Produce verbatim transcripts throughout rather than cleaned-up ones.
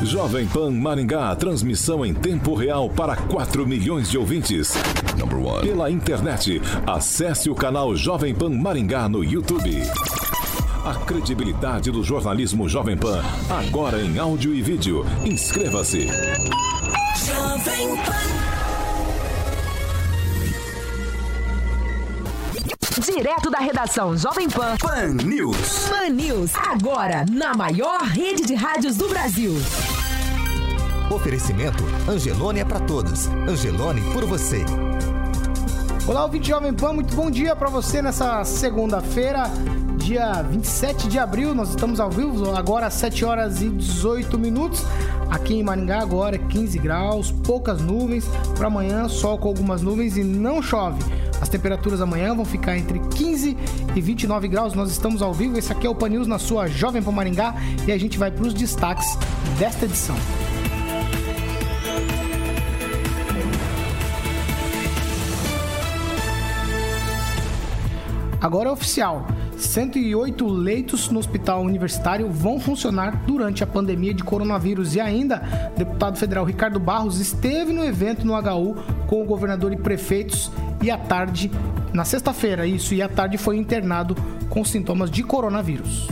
Jovem Pan Maringá, transmissão em tempo real para quatro milhões de ouvintes. Number one. Pela internet, acesse o canal Jovem Pan Maringá no YouTube. A credibilidade do jornalismo Jovem Pan, agora em áudio e vídeo. Inscreva-se. Jovem Pan. Direto da redação Jovem Pan. Pan News. Pan News, agora na maior rede de rádios do Brasil. Oferecimento Angelone é pra todos. Angelone por você. Olá, ouvinte Jovem Pan, muito bom dia pra você nessa segunda-feira, dia vinte e sete de abril. Nós estamos ao vivo agora às sete horas e dezoito minutos. Aqui em Maringá agora é quinze graus, poucas nuvens. Para amanhã, sol com algumas nuvens e não chove. As temperaturas amanhã vão ficar entre quinze e vinte e nove graus. Nós estamos ao vivo. Esse aqui é o Pan News na sua Jovem Pan Maringá. E a gente vai para os destaques desta edição. Agora é oficial. cento e oito leitos no hospital universitário vão funcionar durante a pandemia de coronavírus. E ainda, o deputado federal Ricardo Barros esteve no evento no H U com o governador e prefeitos e à tarde, na sexta-feira, isso, e à tarde foi internado com sintomas de coronavírus.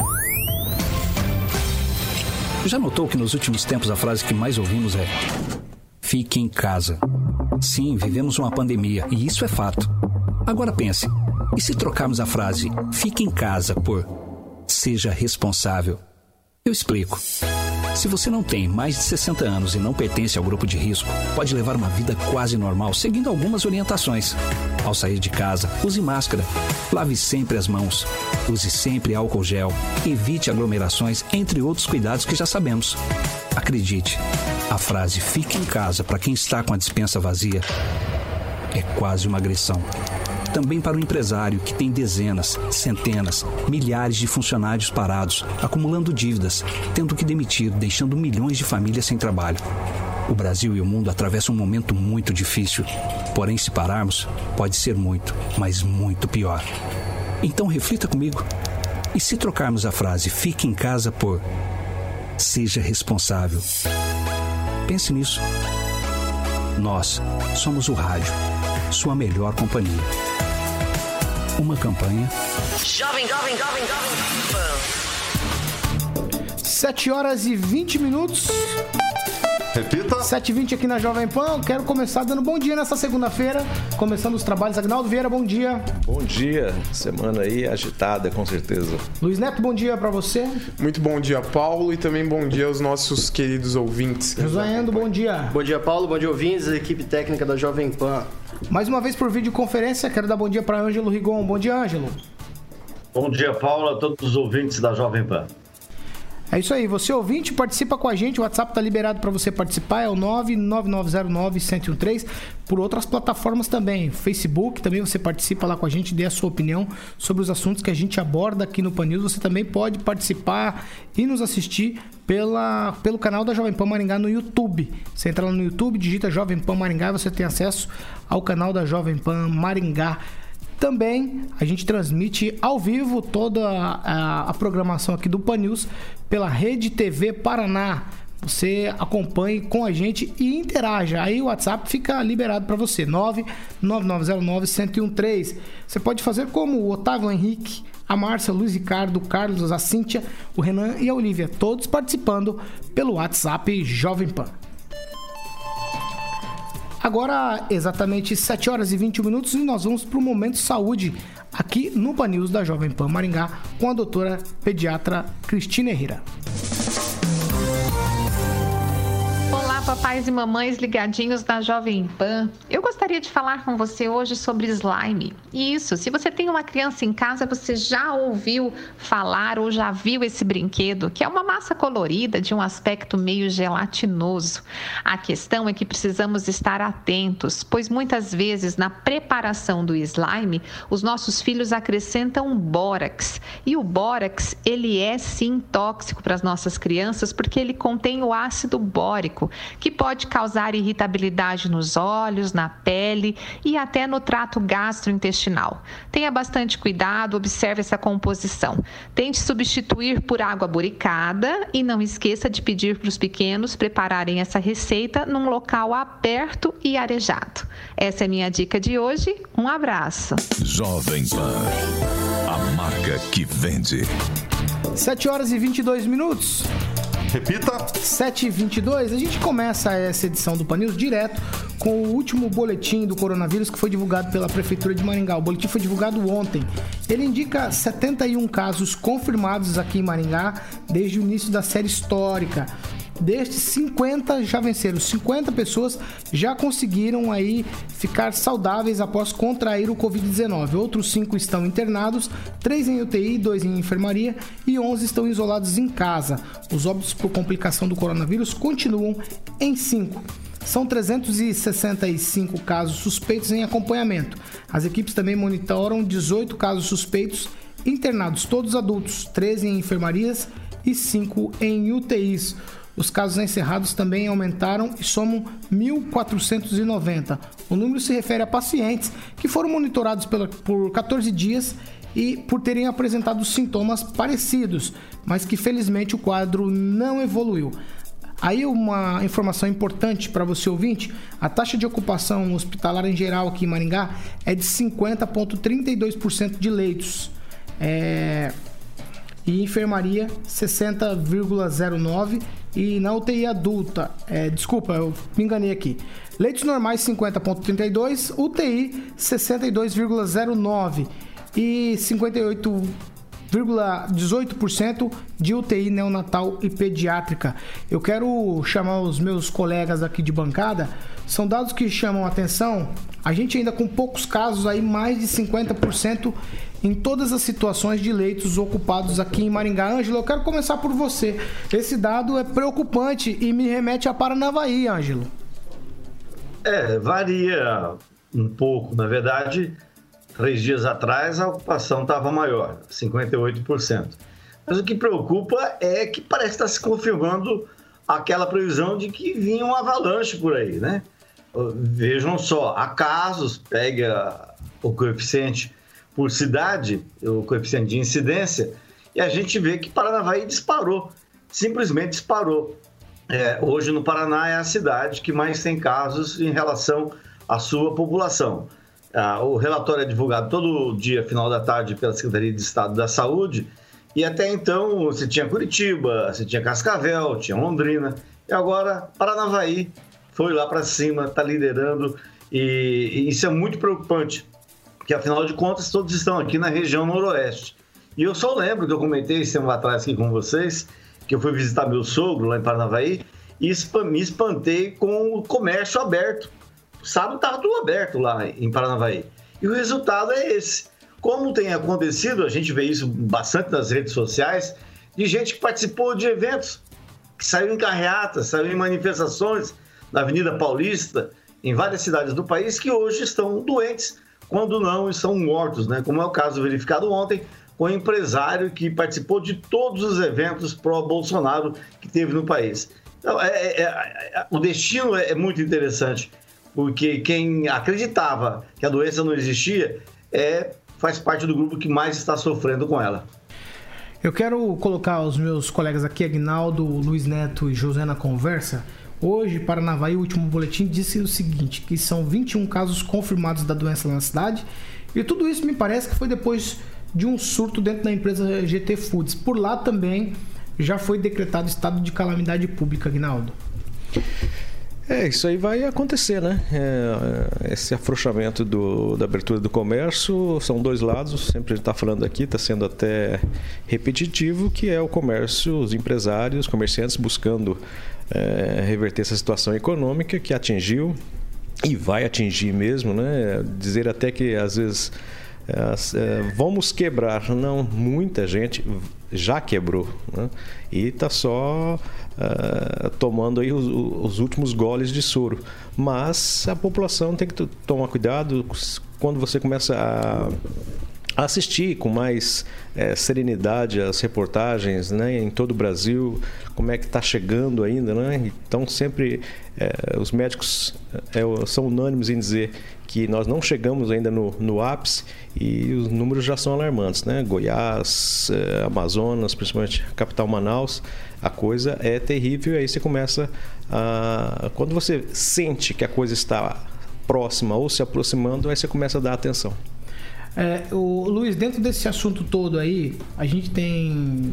Já notou que nos últimos tempos a frase que mais ouvimos é "fique em casa"? Sim, vivemos uma pandemia e isso é fato. Agora pense, e se trocarmos a frase "fique em casa" por "seja responsável"? Eu explico. Se você não tem mais de sessenta anos e não pertence ao grupo de risco, pode levar uma vida quase normal, seguindo algumas orientações. Ao sair de casa, use máscara, lave sempre as mãos, use sempre álcool gel, evite aglomerações, entre outros cuidados que já sabemos. Acredite, a frase "fique em casa" para quem está com a despensa vazia é quase uma agressão. Também para o empresário que tem dezenas, centenas, milhares de funcionários parados, acumulando dívidas, tendo que demitir, deixando milhões de famílias sem trabalho. O Brasil e o mundo atravessam um momento muito difícil. Porém, se pararmos, pode ser muito, mas muito pior. Então reflita comigo. E se trocarmos a frase "fique em casa" por "seja responsável"? Pense nisso. Nós somos o rádio, sua melhor companhia. Uma campanha Jovem, jovem, jovem, jovem Pan. sete horas e vinte minutos. Repita. sete e vinte aqui na Jovem Pan. Eu quero começar dando bom dia nessa segunda-feira, começando os trabalhos. Agnaldo Vieira, bom dia. Bom dia. Semana aí agitada, com certeza. Luiz Neto, bom dia pra você. Muito bom dia, Paulo, e também bom dia aos nossos queridos ouvintes. Josué Endo, bom dia. Bom dia, Paulo. Bom dia, ouvintes, a equipe técnica da Jovem Pan. Mais uma vez por videoconferência, quero dar bom dia para Ângelo Rigon. Bom dia, Ângelo. Bom dia, Paulo, a todos os ouvintes da Jovem Pan. É isso aí, você ouvinte, participa com a gente, o WhatsApp tá liberado para você participar, é o nove nove nove zero nove um zero um três, por outras plataformas também, Facebook, também você participa lá com a gente, dê a sua opinião sobre os assuntos que a gente aborda aqui no Pan News. Você também pode participar e nos assistir pela, pelo canal da Jovem Pan Maringá no YouTube. Você entra lá no YouTube, digita Jovem Pan Maringá e você tem acesso ao canal da Jovem Pan Maringá. Também a gente transmite ao vivo toda a, a, a programação aqui do Pan News pela Rede T V Paraná. Você acompanhe com a gente e interaja. Aí o WhatsApp fica liberado para você, nove nove nove zero nove um zero um três. Você pode fazer como o Otávio Henrique, a Márcia, o Luiz Ricardo, o Carlos, a Cíntia, o Renan e a Olivia, todos participando pelo WhatsApp Jovem Pan. Agora, exatamente sete horas e vinte e um minutos, e nós vamos para o Momento Saúde, aqui no Pan News da Jovem Pan Maringá, com a doutora pediatra Cristina Herrera. Olá, papais e mamães ligadinhos na Jovem Pan. Eu gostaria de falar com você hoje sobre slime. Isso, se você tem uma criança em casa, você já ouviu falar ou já viu esse brinquedo, que é uma massa colorida de um aspecto meio gelatinoso. A questão é que precisamos estar atentos, pois muitas vezes na preparação do slime, os nossos filhos acrescentam bórax. E o bórax, ele é sim tóxico para as nossas crianças, porque ele contém o ácido bórico, que que pode causar irritabilidade nos olhos, na pele e até no trato gastrointestinal. Tenha bastante cuidado, observe essa composição. Tente substituir por água boricada e não esqueça de pedir para os pequenos prepararem essa receita num local aberto e arejado. Essa é a minha dica de hoje. Um abraço. Jovem Pan, a marca que vende. sete horas e vinte e dois minutos. Repita. sete e vinte e dois. A gente começa essa edição do Pan News direto com o último boletim do coronavírus que foi divulgado pela Prefeitura de Maringá. O boletim foi divulgado ontem. Ele indica setenta e um casos confirmados aqui em Maringá desde o início da série histórica. Destes, cinquenta já venceram. cinquenta pessoas já conseguiram aí ficar saudáveis após contrair o covid dezenove. Outros cinco estão internados, três em U T I, dois em enfermaria e onze estão isolados em casa. Os óbitos por complicação do coronavírus continuam em cinco. São trezentos e sessenta e cinco casos suspeitos em acompanhamento. As equipes também monitoram dezoito casos suspeitos internados, todos adultos, treze em enfermarias e cinco em U T Is. Os casos encerrados também aumentaram e somam mil quatrocentos e noventa. O número se refere a pacientes que foram monitorados pela, por catorze dias e por terem apresentado sintomas parecidos, mas que felizmente o quadro não evoluiu. Aí uma informação importante para você ouvinte, a taxa de ocupação hospitalar em geral aqui em Maringá é de cinquenta vírgula trinta e dois por cento de leitos. É... E enfermaria sessenta vírgula zero nove por cento e na U T I adulta, é, desculpa, eu me enganei aqui. Leitos normais cinquenta vírgula trinta e dois por cento, U T I sessenta e dois vírgula zero nove por cento e cinquenta e oito vírgula dezoito por cento de U T I neonatal e pediátrica. Eu quero chamar os meus colegas aqui de bancada, são dados que chamam a atenção. A gente ainda com poucos casos, aí mais de cinquenta por cento em todas as situações de leitos ocupados aqui em Maringá. Ângelo, eu quero começar por você. Esse dado é preocupante e me remete a Paranavaí, Ângelo. É, varia um pouco. Na verdade, três dias atrás a ocupação estava maior, cinquenta e oito por cento. Mas o que preocupa é que parece estar se confirmando aquela previsão de que vinha um avalanche por aí, né? Vejam só, há casos, pega o coeficiente por cidade, o coeficiente de incidência, e a gente vê que Paranavaí disparou, simplesmente disparou. É, hoje no Paraná é a cidade que mais tem casos em relação à sua população. Ah, o relatório é divulgado todo dia, final da tarde, pela Secretaria de Estado da Saúde, e até então você tinha Curitiba, você tinha Cascavel, tinha Londrina, e agora Paranavaí foi lá para cima, está liderando, e, e isso é muito preocupante, porque afinal de contas todos estão aqui na região noroeste. E eu só lembro que eu comentei esse tempo atrás aqui com vocês, que eu fui visitar meu sogro lá em Paranavaí, e me espantei com o comércio aberto. Sábado estava tudo aberto lá em Paranavaí. E o resultado é esse. Como tem acontecido, a gente vê isso bastante nas redes sociais, de gente que participou de eventos, que saiu em carreatas, saiu em manifestações na Avenida Paulista, em várias cidades do país, que hoje estão doentes, quando não estão mortos, né? Como é o caso verificado ontem com o empresário que participou de todos os eventos pró-Bolsonaro que teve no país. Então, é, é, é, o destino é, é muito interessante, porque quem acreditava que a doença não existia é, faz parte do grupo que mais está sofrendo com ela. Eu quero colocar os meus colegas aqui, Aguinaldo, Luiz Neto e José, na conversa. Hoje, Paranavaí, o último boletim, disse o seguinte, que são vinte e um casos confirmados da doença na cidade, e tudo isso me parece que foi depois de um surto dentro da empresa G T Foods. Por lá também já foi decretado estado de calamidade pública, Aguinaldo. É, isso aí vai acontecer, né? É, esse afrouxamento do, da abertura do comércio, são dois lados, sempre a gente está falando aqui, está sendo até repetitivo, que é o comércio, os empresários, os comerciantes buscando é, reverter essa situação econômica que atingiu e vai atingir mesmo, né? Dizer até que às vezes é, é, vamos quebrar, não, muita gente já quebrou, né? E está só uh, tomando aí os, os últimos goles de soro. Mas a população tem que tomar cuidado quando você começa a, assistir com mais é, serenidade as reportagens, né, em todo o Brasil, como é que está chegando ainda, né? Então sempre é, os médicos é, são unânimes em dizer que nós não chegamos ainda no, no ápice e os números já são alarmantes, né? Goiás, é, Amazonas, principalmente a capital Manaus, a coisa é terrível. E aí você começa a... Quando você sente que a coisa está próxima ou se aproximando, aí você começa a dar atenção. É, o Luiz, dentro desse assunto todo aí, a gente tem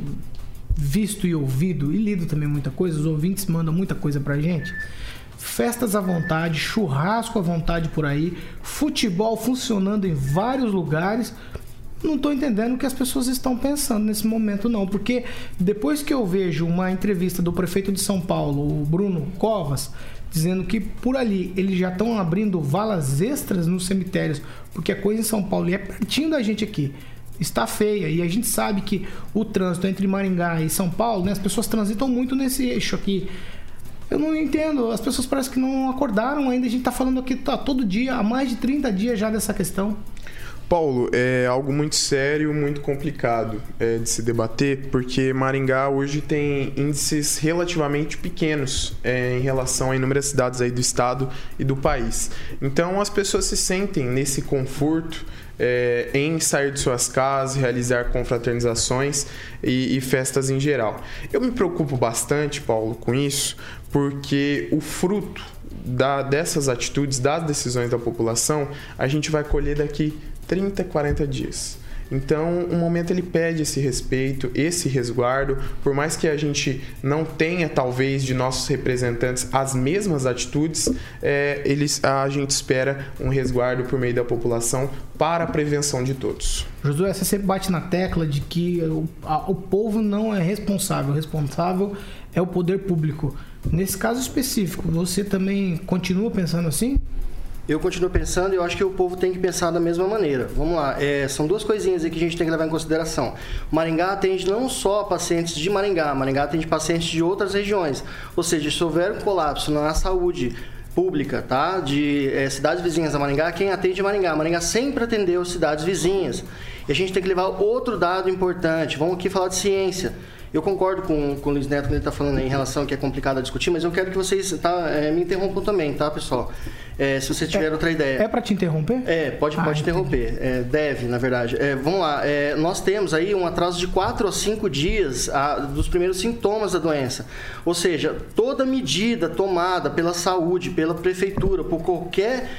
visto e ouvido e lido também muita coisa, os ouvintes mandam muita coisa pra gente. Festas à vontade, churrasco à vontade por aí, futebol funcionando em vários lugares. Não estou entendendo o que as pessoas estão pensando nesse momento não, porque depois que eu vejo uma entrevista do prefeito de São Paulo, o Bruno Covas, dizendo que por ali eles já estão abrindo valas extras nos cemitérios, porque a coisa em São Paulo, e é pertinho da gente aqui, está feia, e a gente sabe que o trânsito entre Maringá e São Paulo, né, as pessoas transitam muito nesse eixo aqui. Eu não entendo, as pessoas parecem que não acordaram ainda, a gente está falando aqui tá, todo dia, há mais de trinta dias já dessa questão. Paulo, é algo muito sério, muito complicado é, de se debater, porque Maringá hoje tem índices relativamente pequenos é, em relação a inúmeras cidades aí do estado e do país. Então as pessoas se sentem nesse conforto é, em sair de suas casas, realizar confraternizações e, e festas em geral. Eu me preocupo bastante, Paulo, com isso, porque o fruto da, dessas atitudes, das decisões da população, a gente vai colher daqui trinta, quarenta dias. Então, o momento ele pede esse respeito, esse resguardo, por mais que a gente não tenha, talvez, de nossos representantes as mesmas atitudes, é, eles, a gente espera um resguardo por meio da população para a prevenção de todos. Josué, você sempre bate na tecla de que o, a, o povo não é responsável, o responsável é o poder público. Nesse caso específico, você também continua pensando assim? Eu continuo pensando e eu acho que o povo tem que pensar da mesma maneira. Vamos lá, é, são duas coisinhas aí que a gente tem que levar em consideração. Maringá atende não só pacientes de Maringá, Maringá atende pacientes de outras regiões. Ou seja, se houver um colapso na saúde pública, tá? De é, cidades vizinhas a Maringá, quem atende é Maringá. Maringá sempre atendeu cidades vizinhas. E a gente tem que levar outro dado importante. Vamos aqui falar de ciência. Eu concordo com, com o Luiz Neto quando ele está falando em relação que é complicado a discutir, mas eu quero que vocês tá, é, me interrompam também, tá, pessoal? É, se vocês tiverem é, outra ideia. É para te interromper? É, pode, ah, pode interromper. É, deve, na verdade. É, vamos lá. É, nós temos aí um atraso de quatro a cinco dias a, dos primeiros sintomas da doença. Ou seja, toda medida tomada pela saúde, pela prefeitura, por qualquer,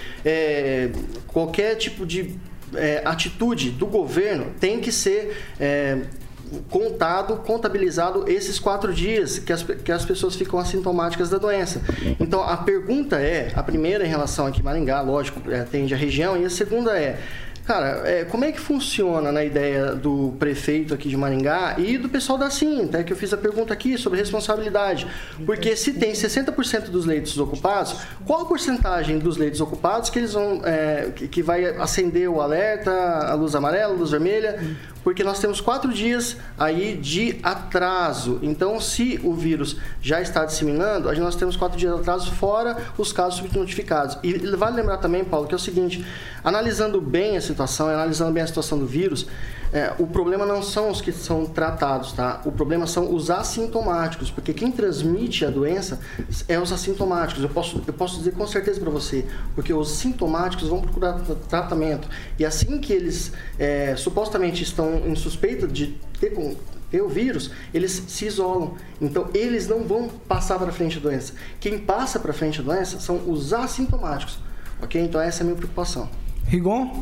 é, qualquer tipo de é, atitude do governo tem que ser... É, contado, contabilizado esses quatro dias que as, que as pessoas ficam assintomáticas da doença. Então, a pergunta é, a primeira em relação aqui a Maringá, lógico, atende a região, e a segunda é, cara, é, como é que funciona na ideia do prefeito aqui de Maringá e do pessoal da Sim, até que eu fiz a pergunta aqui sobre responsabilidade, porque se tem sessenta por cento dos leitos ocupados, qual a porcentagem dos leitos ocupados que eles vão, é, que, que vai acender o alerta, a luz amarela, a luz vermelha? Porque nós temos quatro dias aí de atraso. Então, se o vírus já está disseminando, nós temos quatro dias de atraso, fora os casos subnotificados. E vale lembrar também, Paulo, que é o seguinte, analisando bem a situação, analisando bem a situação do vírus, é, o problema não são os que são tratados, tá? O problema são os assintomáticos, porque quem transmite a doença é os assintomáticos. Eu posso, eu posso dizer com certeza para você, porque os sintomáticos vão procurar tratamento. E assim que eles é, supostamente estão em suspeita de ter, ter o vírus, eles se isolam. Então, eles não vão passar para frente a doença. Quem passa para frente a doença são os assintomáticos. Ok? Então, essa é a minha preocupação. Rigon?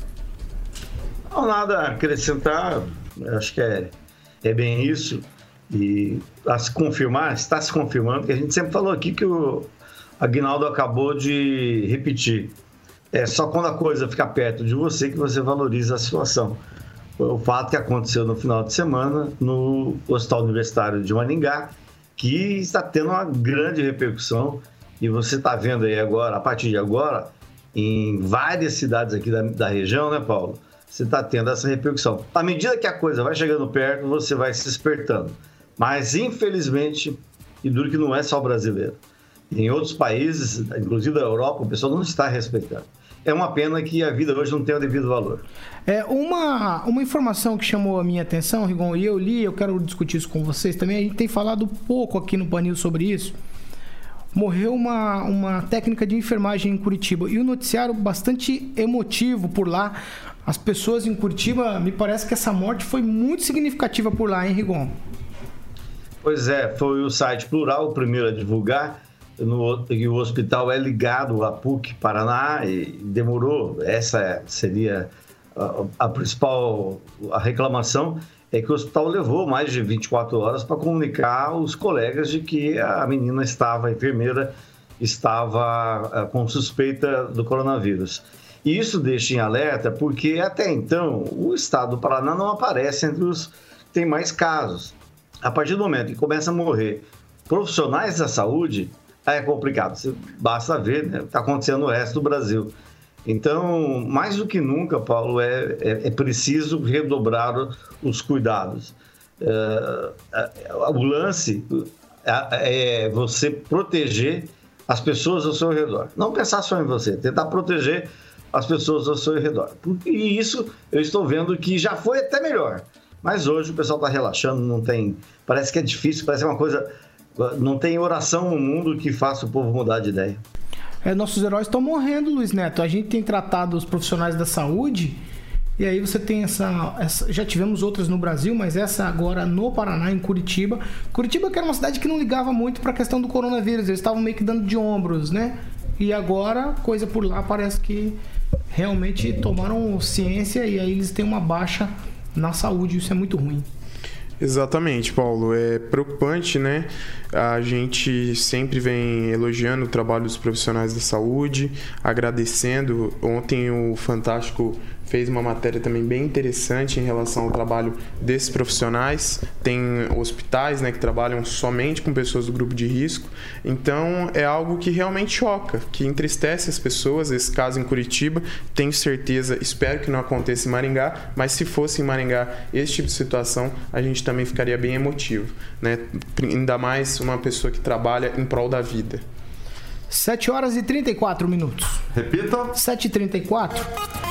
Não, nada a acrescentar. Acho que é, é bem isso. E a se confirmar, está se confirmando, que a gente sempre falou aqui que o Aguinaldo acabou de repetir. É só quando a coisa fica perto de você que você valoriza a situação. O fato que aconteceu no final de semana no Hospital Universitário de Maringá, que está tendo uma grande repercussão, e você está vendo aí agora, a partir de agora, em várias cidades aqui da, da região, né, Paulo? Você está tendo essa repercussão. À medida que a coisa vai chegando perto, você vai se despertando. Mas, infelizmente, e duro que não é só brasileiro, em outros países, inclusive da Europa, o pessoal não está respeitando. é uma pena que a vida hoje não tenha o devido valor. É, uma, uma informação que chamou a minha atenção, Rigon, e eu li, eu quero discutir isso com vocês também, a gente tem falado pouco aqui no Panil sobre isso. Morreu uma, uma técnica de enfermagem em Curitiba e o noticiário bastante emotivo por lá. As pessoas em Curitiba, me parece que essa morte foi muito significativa por lá, hein, Rigon? Pois é, foi o site Plural o primeiro a divulgar, no, que o hospital é ligado à P U C Paraná e demorou, essa seria a, a principal a reclamação, é que o hospital levou mais de vinte e quatro horas para comunicar aos colegas de que a menina estava, a enfermeira estava com suspeita do coronavírus. E isso deixa em alerta porque até então o estado do Paraná não aparece entre os que tem mais casos. A partir do momento que começa a morrer profissionais da saúde, é complicado. Basta ver, né, o que está acontecendo no resto do Brasil. Então, mais do que nunca, Paulo, é, é, é preciso redobrar os cuidados. É, o lance é, é você proteger as pessoas ao seu redor. Não pensar só em você, tentar proteger as pessoas ao seu redor. E isso eu estou vendo que já foi até melhor. Mas hoje o pessoal está relaxando, não tem... Parece que é difícil, parece uma coisa... Não tem oração no mundo que faça o povo mudar de ideia. É, nossos heróis estão morrendo, Luiz Neto. A gente tem tratado os profissionais da saúde e aí você tem essa, essa... Já tivemos outras no Brasil, mas essa agora no Paraná, em Curitiba. Curitiba que era uma cidade que não ligava muito para a questão do coronavírus. Eles estavam meio que dando de ombros, né? E agora, coisa por lá, parece que realmente tomaram ciência e aí eles têm uma baixa na saúde. Isso é muito ruim. Exatamente, Paulo. É preocupante, né? A gente sempre vem elogiando o trabalho dos profissionais da saúde, agradecendo. Ontem o Fantástico fez uma matéria também bem interessante em relação ao trabalho desses profissionais. Tem hospitais, né, que trabalham somente com pessoas do grupo de risco. Então, é algo que realmente choca, que entristece as pessoas. Esse caso em Curitiba, tenho certeza, espero que não aconteça em Maringá, mas se fosse em Maringá esse tipo de situação, a gente também ficaria bem emotivo, né? Ainda mais uma pessoa que trabalha em prol da vida. sete horas e trinta e quatro minutos. Repita. sete e trinta e quatro.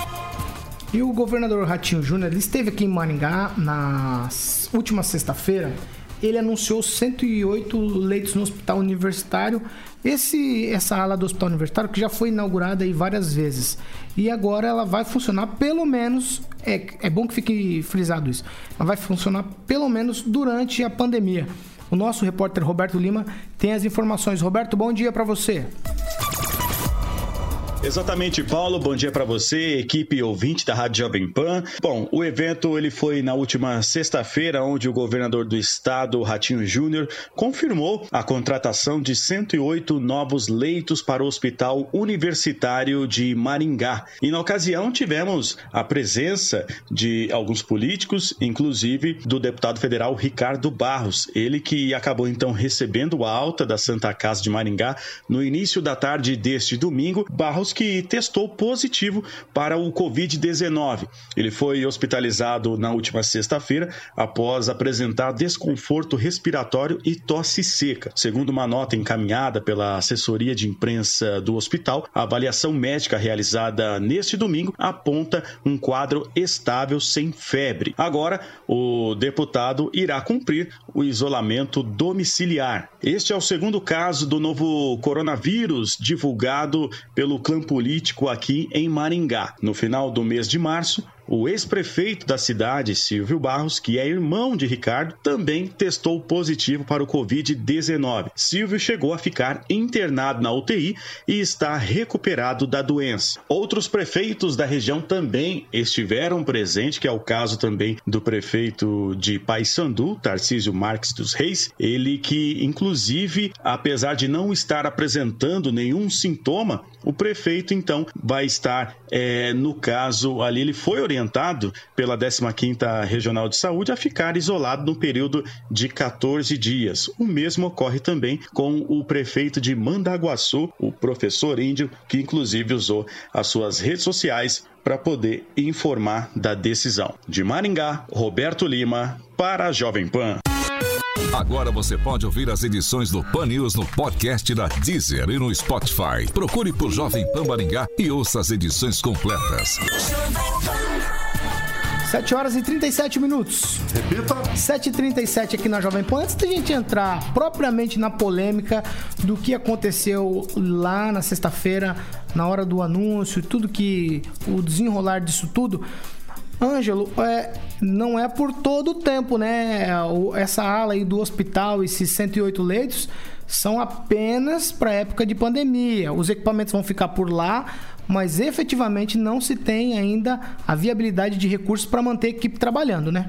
E o governador Ratinho Júnior, ele esteve aqui em Maringá na última sexta-feira. Ele anunciou cento e oito leitos no hospital universitário. Esse, essa ala do hospital universitário que já foi inaugurada aí várias vezes. E agora ela vai funcionar pelo menos, é, é bom que fique frisado isso, ela vai funcionar pelo menos durante a pandemia. O nosso repórter Roberto Lima tem as informações. Roberto, bom dia para você. Exatamente, Paulo. Bom dia para você, equipe ouvinte da Rádio Jovem Pan. Bom, o evento ele foi na última sexta-feira, onde o governador do estado, Ratinho Júnior, confirmou a contratação de cento e oito novos leitos para o Hospital Universitário de Maringá. E na ocasião tivemos a presença de alguns políticos, inclusive do deputado federal Ricardo Barros, ele que acabou então recebendo a alta da Santa Casa de Maringá no início da tarde deste domingo. Barros que testou positivo para o covid dezenove. Ele foi hospitalizado na última sexta-feira após apresentar desconforto respiratório e tosse seca. Segundo uma nota encaminhada pela assessoria de imprensa do hospital, a avaliação médica realizada neste domingo aponta um quadro estável sem febre. Agora, o deputado irá cumprir o isolamento domiciliar. Este é o segundo caso do novo coronavírus divulgado pelo clã político aqui em Maringá. No final do mês de março, o ex-prefeito da cidade, Silvio Barros, que é irmão de Ricardo, também testou positivo para o covid dezenove. Silvio chegou a ficar internado na U T I e está recuperado da doença. Outros prefeitos da região também estiveram presentes, que é o caso também do prefeito de Paissandu, Tarcísio Marques dos Reis, ele que, inclusive, apesar de não estar apresentando nenhum sintoma, o prefeito, então, vai estar, é, no caso ali, ele foi orientado pela décima quinta Regional de Saúde a ficar isolado no período de quatorze dias. O mesmo ocorre também com o prefeito de Mandaguaçu, o professor Índio, que inclusive usou as suas redes sociais para poder informar da decisão. De Maringá, Roberto Lima, para a Jovem Pan. Agora você pode ouvir as edições do Pan News no podcast da Deezer e no Spotify. Procure por Jovem Pan Maringá e ouça as edições completas. sete horas e trinta e sete minutos. Repita. sete e trinta e sete aqui na Jovem Pan. Antes da gente entrar propriamente na polêmica do que aconteceu lá na sexta-feira, na hora do anúncio, tudo que... o desenrolar disso tudo... Ângelo, é, não é por todo o tempo, né? Essa ala aí do hospital, esses cento e oito leitos, são apenas para época de pandemia. Os equipamentos vão ficar por lá, mas efetivamente não se tem ainda a viabilidade de recursos para manter a equipe trabalhando, né?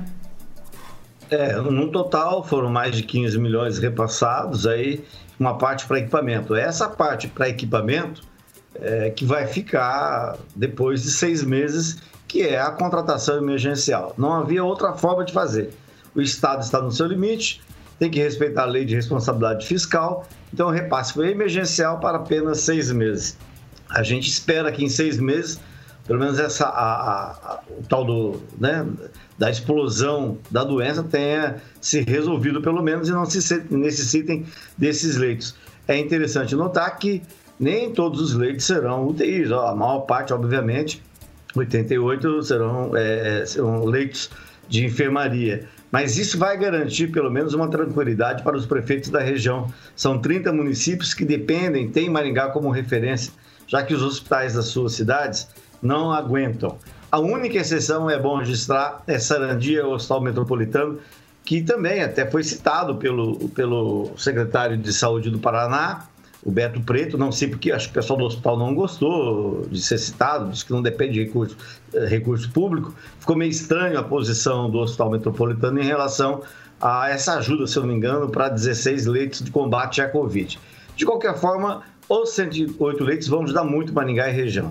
É, no total foram mais de quinze milhões repassados, aí uma parte para equipamento. Essa parte para equipamento é que vai ficar depois de seis meses, que é a contratação emergencial. Não havia outra forma de fazer. O Estado está no seu limite, tem que respeitar a lei de responsabilidade fiscal, então o repasse foi emergencial para apenas seis meses. A gente espera que em seis meses, pelo menos essa, a, a, a, o tal do, né, da explosão da doença tenha se resolvido pelo menos e não se necessitem desses leitos. É interessante notar que nem todos os leitos serão U T Is, ó, a maior parte, obviamente, oitenta e oito serão, é, serão leitos de enfermaria. Mas isso vai garantir pelo menos uma tranquilidade para os prefeitos da região. São trinta municípios que dependem, tem Maringá como referência, já que os hospitais das suas cidades não aguentam. A única exceção, é bom registrar, é Sarandia, o Hospital Metropolitano, que também até foi citado pelo, pelo secretário de Saúde do Paraná, o Beto Preto, não sei porque, acho que o pessoal do hospital não gostou de ser citado, disse que não depende de recurso, recurso público. Ficou meio estranho a posição do Hospital Metropolitano em relação a essa ajuda, se eu não me engano, para dezesseis leitos de combate à Covid. De qualquer forma, os cento e oito leitos vão ajudar muito Maringá e região.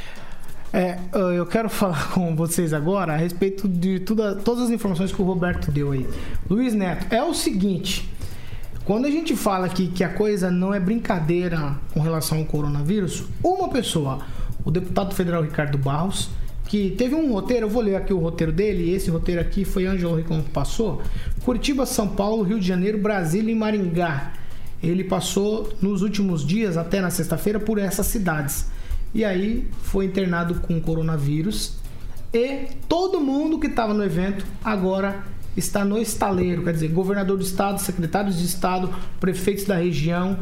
É, eu quero falar com vocês agora a respeito de tudo, todas as informações que o Roberto deu aí. Luiz Neto, é o seguinte... Quando a gente fala aqui que a coisa não é brincadeira com relação ao coronavírus, uma pessoa, o deputado federal Ricardo Barros, que teve um roteiro, eu vou ler aqui o roteiro dele, e esse roteiro aqui foi Ângelo Ricon que passou, Curitiba, São Paulo, Rio de Janeiro, Brasília e Maringá. Ele passou nos últimos dias, até na sexta-feira, por essas cidades. E aí foi internado com coronavírus e todo mundo que estava no evento agora está no estaleiro, quer dizer, governador do estado, secretários de estado, prefeitos da região.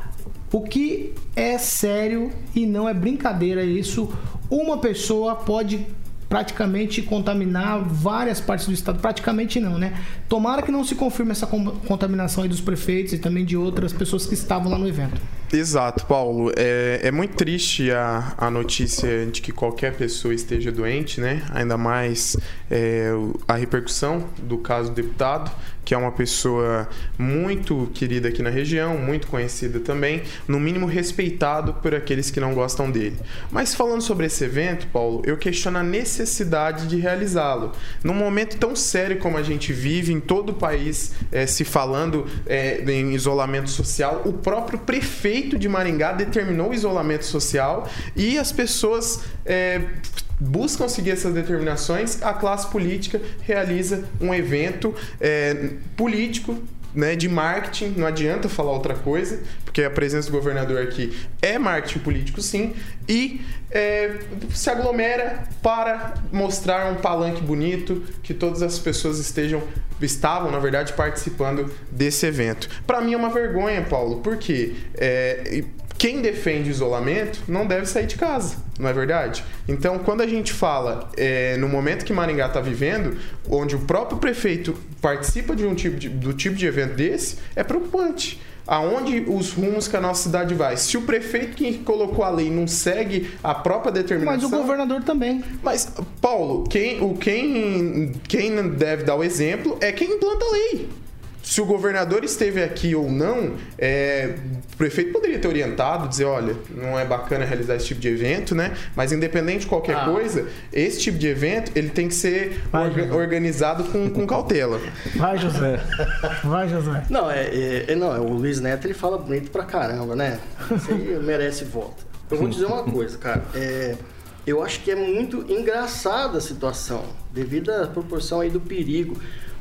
O que é sério e não é brincadeira isso, uma pessoa pode praticamente contaminar várias partes do estado, praticamente não, né? Tomara que não se confirme essa contaminação aí dos prefeitos e também de outras pessoas que estavam lá no evento. Exato, Paulo. É, é muito triste a, a notícia de que qualquer pessoa esteja doente, né? Ainda mais é, a repercussão do caso do deputado, que é uma pessoa muito querida aqui na região, muito conhecida também, no mínimo respeitado por aqueles que não gostam dele. Mas falando sobre esse evento, Paulo, eu questiono a necessidade de realizá-lo. Num momento tão sério como a gente vive, em todo o país é, se falando é, em isolamento social, o próprio prefeito de Maringá determinou o isolamento social e as pessoas é, buscam seguir essas determinações. A classe política realiza um evento é, político, né, de marketing, não adianta falar outra coisa, porque a presença do governador aqui é marketing político, sim, e é, se aglomera para mostrar um palanque bonito, que todas as pessoas estejam, estavam, na verdade, participando desse evento. Para mim é uma vergonha, Paulo, porque é, quem defende isolamento não deve sair de casa, não é verdade? Então, quando a gente fala é, no momento que Maringá está vivendo, onde o próprio prefeito participa de um tipo de, do tipo de evento desse, é preocupante. Aonde os rumos que a nossa cidade vai? Se o prefeito que colocou a lei não segue a própria determinação... Mas o governador também. Mas, Paulo, quem, o, quem, quem deve dar o exemplo é quem implanta a lei. Se o governador esteve aqui ou não, é, o prefeito poderia ter orientado, dizer, olha, não é bacana realizar esse tipo de evento, né? Mas independente de qualquer ah. coisa, esse tipo de evento, ele tem que ser orga- organizado com, com cautela. Vai, José. Vai, José. Não, é, é, não, o Luiz Neto, ele fala bonito pra caramba, né? Isso aí merece voto. Eu vou dizer uma coisa, cara. É, eu acho que é muito engraçada a situação, devido à proporção aí do perigo.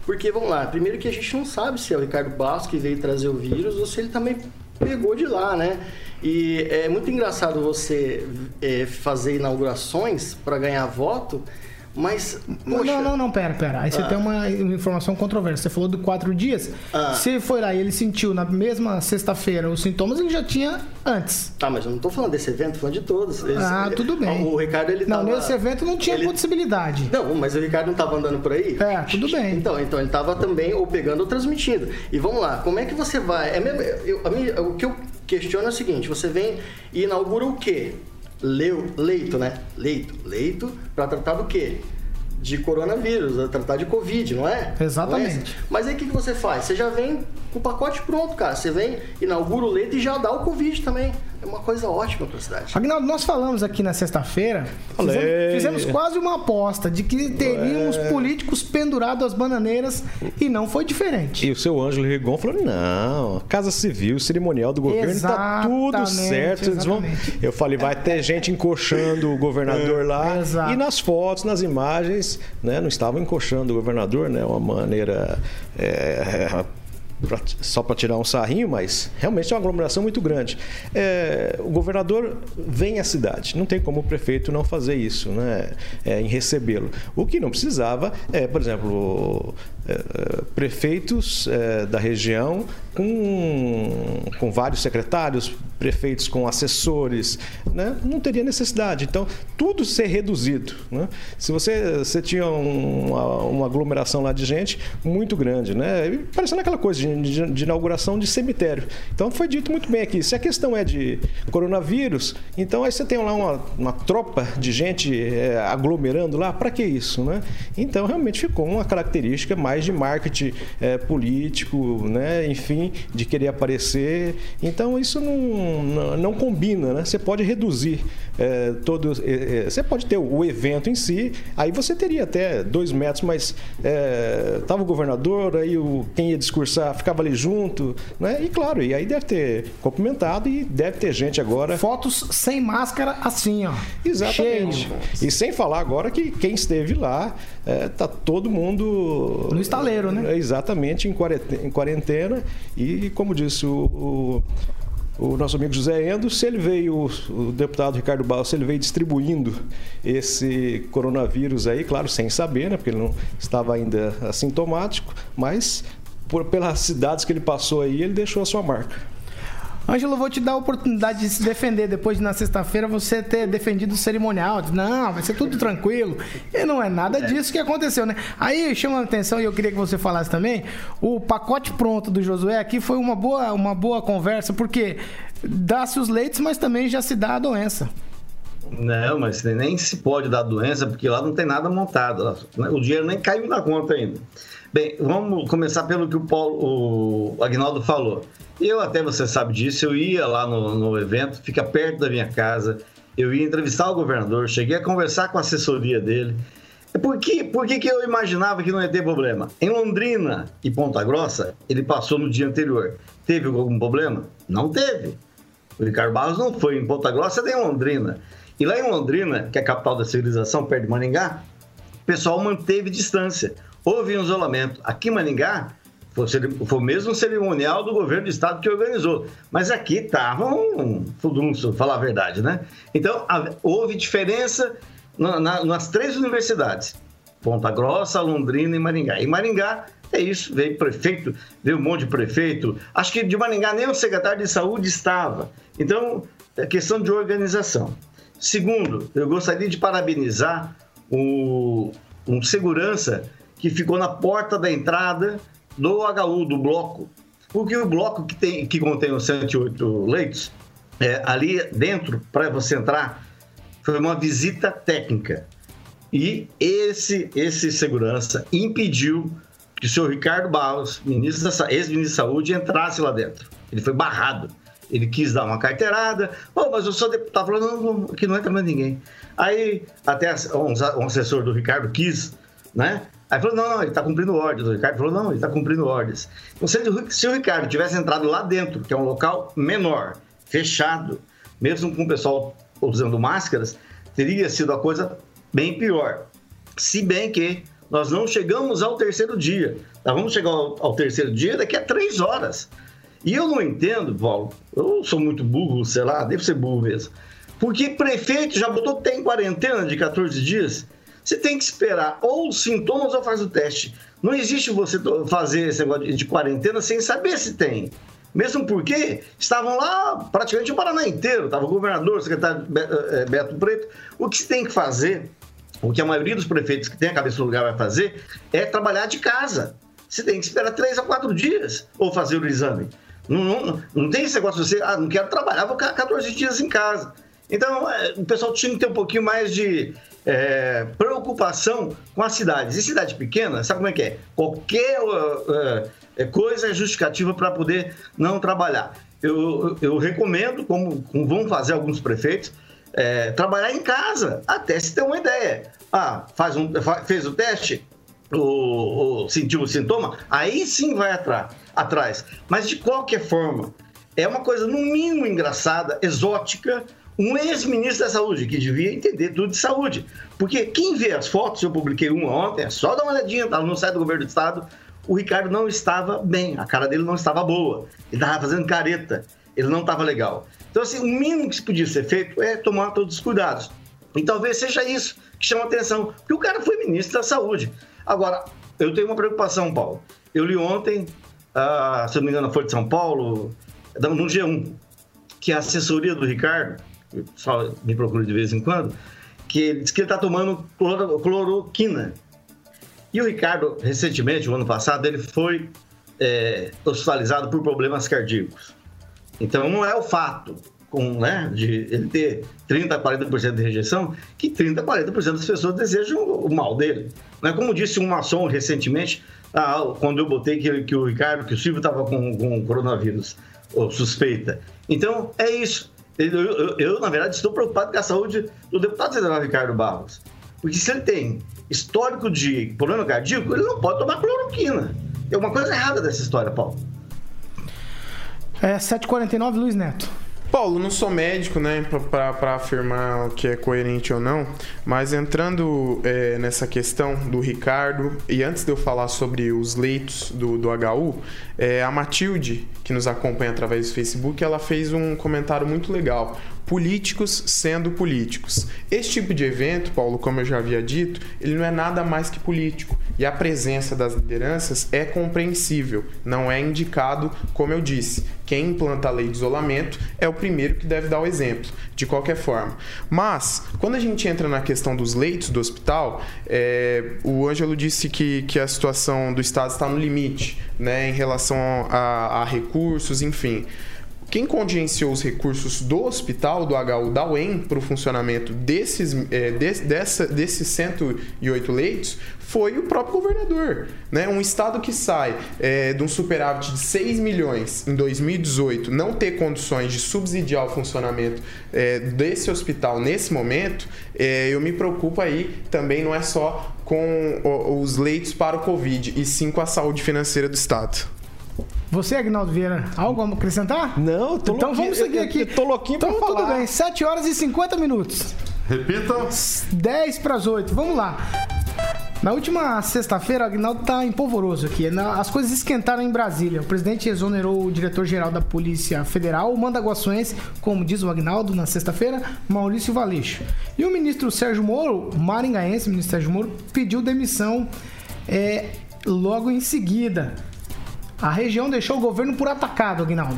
Porque, vamos lá, primeiro que a gente não sabe se é o Ricardo Barros que veio trazer o vírus ou se ele também pegou de lá, né? E é muito engraçado você é, fazer inaugurações para ganhar voto, mas... Poxa... Não, não, não, pera, pera. Aí você ah. tem uma informação controversa. Você falou de quatro dias. Ah. Se foi lá e ele sentiu na mesma sexta-feira os sintomas, ele já tinha antes. Tá, mas eu não tô falando desse evento, tô falando de todos. Esse, ah, tudo bem. O Ricardo, ele Não, tava... nesse evento não tinha ele... possibilidade. Não, mas o Ricardo não tava andando por aí? É, tudo bem. Então, então ele tava também ou pegando ou transmitindo. E vamos lá, como é que você vai... É mesmo, eu, a minha, o que eu questiono é o seguinte, você vem e inaugura o quê? Leu, leito, né? Leito. Leito para tratar do quê? De coronavírus, para tratar de Covid, não é? Exatamente. Não é? Mas aí o que, que você faz? Você já vem com o pacote pronto, cara. Você vem, inaugura o leito e já dá o Covid também. É uma coisa ótima para a cidade. Aguinaldo, nós falamos aqui na sexta-feira, fizemos, fizemos quase uma aposta de que teríamos é. políticos pendurados às bananeiras e não foi diferente. E o seu Ângelo Rigon falou, não, Casa Civil, cerimonial do governo, está tudo certo. Eles vão... Eu falei, vai ter gente encoxando o governador lá. Exato. E nas fotos, nas imagens, né, não estavam encoxando o governador, né, uma maneira... É, só para tirar um sarrinho, mas realmente é uma aglomeração muito grande. É, o governador vem à cidade, não tem como o prefeito não fazer isso, né? É, em recebê-lo. O que não precisava é, por exemplo, é, prefeitos é, da região com, com vários secretários, prefeitos com assessores, né? Não teria necessidade. Então, tudo ser reduzido, né? Se você, você tinha uma, uma aglomeração lá de gente muito grande, né? Parecendo aquela coisa de De, de inauguração de cemitério. Então foi dito muito bem aqui, se a questão é de coronavírus, então aí você tem lá uma, uma tropa de gente é, aglomerando lá, para que isso, né? Então realmente ficou uma característica mais de marketing é, político, né? Enfim, de querer aparecer. Então isso não, não, não combina, né? Você pode reduzir é, todo... É, você pode ter o evento em si, aí você teria até dois metros, mas é, tava o governador, aí o, quem ia discursar ficava ali junto, né? E claro, e aí deve ter cumprimentado e deve ter gente agora... Fotos sem máscara assim, ó. Exatamente. Cheio. E sem falar agora que quem esteve lá, é, tá todo mundo... No estaleiro, né? Exatamente, em quarentena, em quarentena e como disse o... o O nosso amigo José Endo, se ele veio, o deputado Ricardo Barros, se ele veio distribuindo esse coronavírus aí, claro, sem saber, né? Porque ele não estava ainda assintomático, mas por, pelas cidades que ele passou aí, ele deixou a sua marca. Ângelo, vou te dar a oportunidade de se defender depois de na sexta-feira você ter defendido o cerimonial. Não, vai ser tudo tranquilo. E não é nada disso que aconteceu, né? Aí chama a atenção, e eu queria que você falasse também, o pacote pronto do Josué aqui foi uma boa, uma boa conversa, porque dá-se os leitos, mas também já se dá a doença. Não, mas nem se pode dar doença, porque lá não tem nada montado. O dinheiro nem caiu na conta ainda. Bem, vamos começar pelo que o Paulo, o Aguinaldo falou. Eu até, você sabe disso, eu ia lá no, no evento, fica perto da minha casa, eu ia entrevistar o governador, cheguei a conversar com a assessoria dele. Por que, por que, que eu imaginava que não ia ter problema? Em Londrina e Ponta Grossa, ele passou no dia anterior. Teve algum problema? Não teve. O Ricardo Barros não foi em Ponta Grossa, nem em Londrina. E lá em Londrina, que é a capital da civilização, perto de Maringá, o pessoal manteve distância. Houve um isolamento. Aqui em Maringá, foi, foi o mesmo cerimonial do governo do estado que organizou. Mas aqui estava um furdunço, falar a verdade, né? Então, a, houve diferença na, na, nas três universidades. Ponta Grossa, Londrina e Maringá. E Maringá, é isso, veio prefeito, veio um monte de prefeito. Acho que de Maringá nem o secretário de saúde estava. Então, é questão de organização. Segundo, eu gostaria de parabenizar o, um segurança que ficou na porta da entrada do H U, do bloco. Porque o bloco que, tem, que contém os cento e oito leitos, é, ali dentro, para você entrar, foi uma visita técnica. E esse, esse segurança impediu que o senhor Ricardo Barros, ministro da, ex-ministro da Saúde, entrasse lá dentro. Ele foi barrado. Ele quis dar uma carteirada. Oh, mas eu sou deputado. Falou, não, não, aqui não entra mais ninguém. Aí, até um, um assessor do Ricardo quis, né? Aí falou, não, não, ele está cumprindo ordens. O Ricardo falou, não, ele está cumprindo ordens. Então, se, se o Ricardo tivesse entrado lá dentro, que é um local menor, fechado, mesmo com o pessoal usando máscaras, teria sido a coisa bem pior. Se bem que nós não chegamos ao terceiro dia. Nós vamos chegar ao, ao terceiro dia daqui a três horas. E eu não entendo, Paulo, eu sou muito burro, sei lá, devo ser burro mesmo. Porque prefeito já botou que tem quarentena de quatorze dias. Você tem que esperar ou os sintomas ou faz o teste. Não existe você fazer esse negócio de quarentena sem saber se tem. Mesmo porque estavam lá praticamente o Paraná inteiro. Estava o governador, o secretário Beto Preto. O que se tem que fazer, o que a maioria dos prefeitos que tem a cabeça no lugar vai fazer, é trabalhar de casa. Você tem que esperar três a quatro dias ou fazer o exame. Não, não, não tem esse negócio de você, ah, não quero trabalhar, vou ficar quatorze dias em casa. Então, é, o pessoal tinha que ter um pouquinho mais de é, preocupação com as cidades. E cidade pequena, sabe como é que é? Qualquer uh, uh, coisa é justificativa para poder não trabalhar. Eu, eu recomendo, como, como vão fazer alguns prefeitos, é, trabalhar em casa, até se ter uma ideia. Ah, faz um, fez o teste, o, o, sentiu o sintoma, aí sim vai atrás, atrás. Mas, de qualquer forma, é uma coisa, no mínimo, engraçada, exótica, um ex-ministro da Saúde, que devia entender tudo de saúde. Porque quem vê as fotos, eu publiquei uma ontem, é só dar uma olhadinha, estava no site do governo do estado, o Ricardo não estava bem, a cara dele não estava boa, ele estava fazendo careta, ele não estava legal. Então, assim, o mínimo que se podia ser feito é tomar todos os cuidados. E talvez seja isso que chama atenção, porque o cara foi ministro da Saúde. Agora, eu tenho uma preocupação, Paulo. Eu li ontem, uh, se eu não me engano, foi de São Paulo, no G um, que a assessoria do Ricardo, só me procura de vez em quando, que ele diz que ele está tomando cloro, cloroquina. E o Ricardo, recentemente, no ano passado, ele foi é, hospitalizado por problemas cardíacos. Então, não é o fato com, né, de ele ter trinta a quarenta por cento de rejeição que trinta a quarenta por cento das pessoas desejam o mal dele. Não é como disse um maçom recentemente, ah, quando eu botei que, que o Ricardo, que o Silvio estava com, com coronavírus, ou suspeita. Então, é isso. Eu, eu, eu, na verdade, estou preocupado com a saúde do deputado federal Ricardo Barros. Porque se ele tem histórico de problema cardíaco, ele não pode tomar cloroquina. É uma coisa errada dessa história, Paulo. É sete e quarenta e nove, Luiz Neto. Paulo, não sou médico, né, para afirmar o que é coerente ou não, mas entrando é, nessa questão do Ricardo, e antes de eu falar sobre os leitos do, do H U, é, a Matilde, que nos acompanha através do Facebook, ela fez um comentário muito legal. Políticos sendo políticos. Esse tipo de evento, Paulo, como eu já havia dito, ele não é nada mais que político. E a presença das lideranças é compreensível, não é indicado, como eu disse. Quem implanta a lei de isolamento é o primeiro que deve dar o exemplo, de qualquer forma. Mas, quando a gente entra na questão dos leitos do hospital, é, o Ângelo disse que, que a situação do Estado está no limite, né, em relação a, a recursos, enfim. Quem contingenciou os recursos do hospital, do H U, da U E M, para o funcionamento desses, é, de, dessa, desses cento e oito leitos foi o próprio governador. Né? Um estado que sai é, de um superávit de seis milhões em dois mil e dezoito, não ter condições de subsidiar o funcionamento é, desse hospital nesse momento, é, eu me preocupo aí também, não é só com os leitos para o Covid, e sim com a saúde financeira do estado. Você, Aguinaldo Vieira, algo a acrescentar? Não, tô então louquinho, vamos seguir aqui. Eu, eu tô louquinho então, pra falar. Tudo bem, sete horas e cinquenta minutos. Repita. dez para as oito, vamos lá. Na última sexta-feira, o Aguinaldo tá empolvoroso aqui. As coisas esquentaram em Brasília. O presidente exonerou o diretor-geral da Polícia Federal, o mandaguaçuense, como diz o Aguinaldo, na sexta-feira, Maurício Valeixo. E o ministro Sérgio Moro, maringaense, o ministro Sérgio Moro, pediu demissão é, logo em seguida. A região deixou o governo por atacado, Aguinaldo.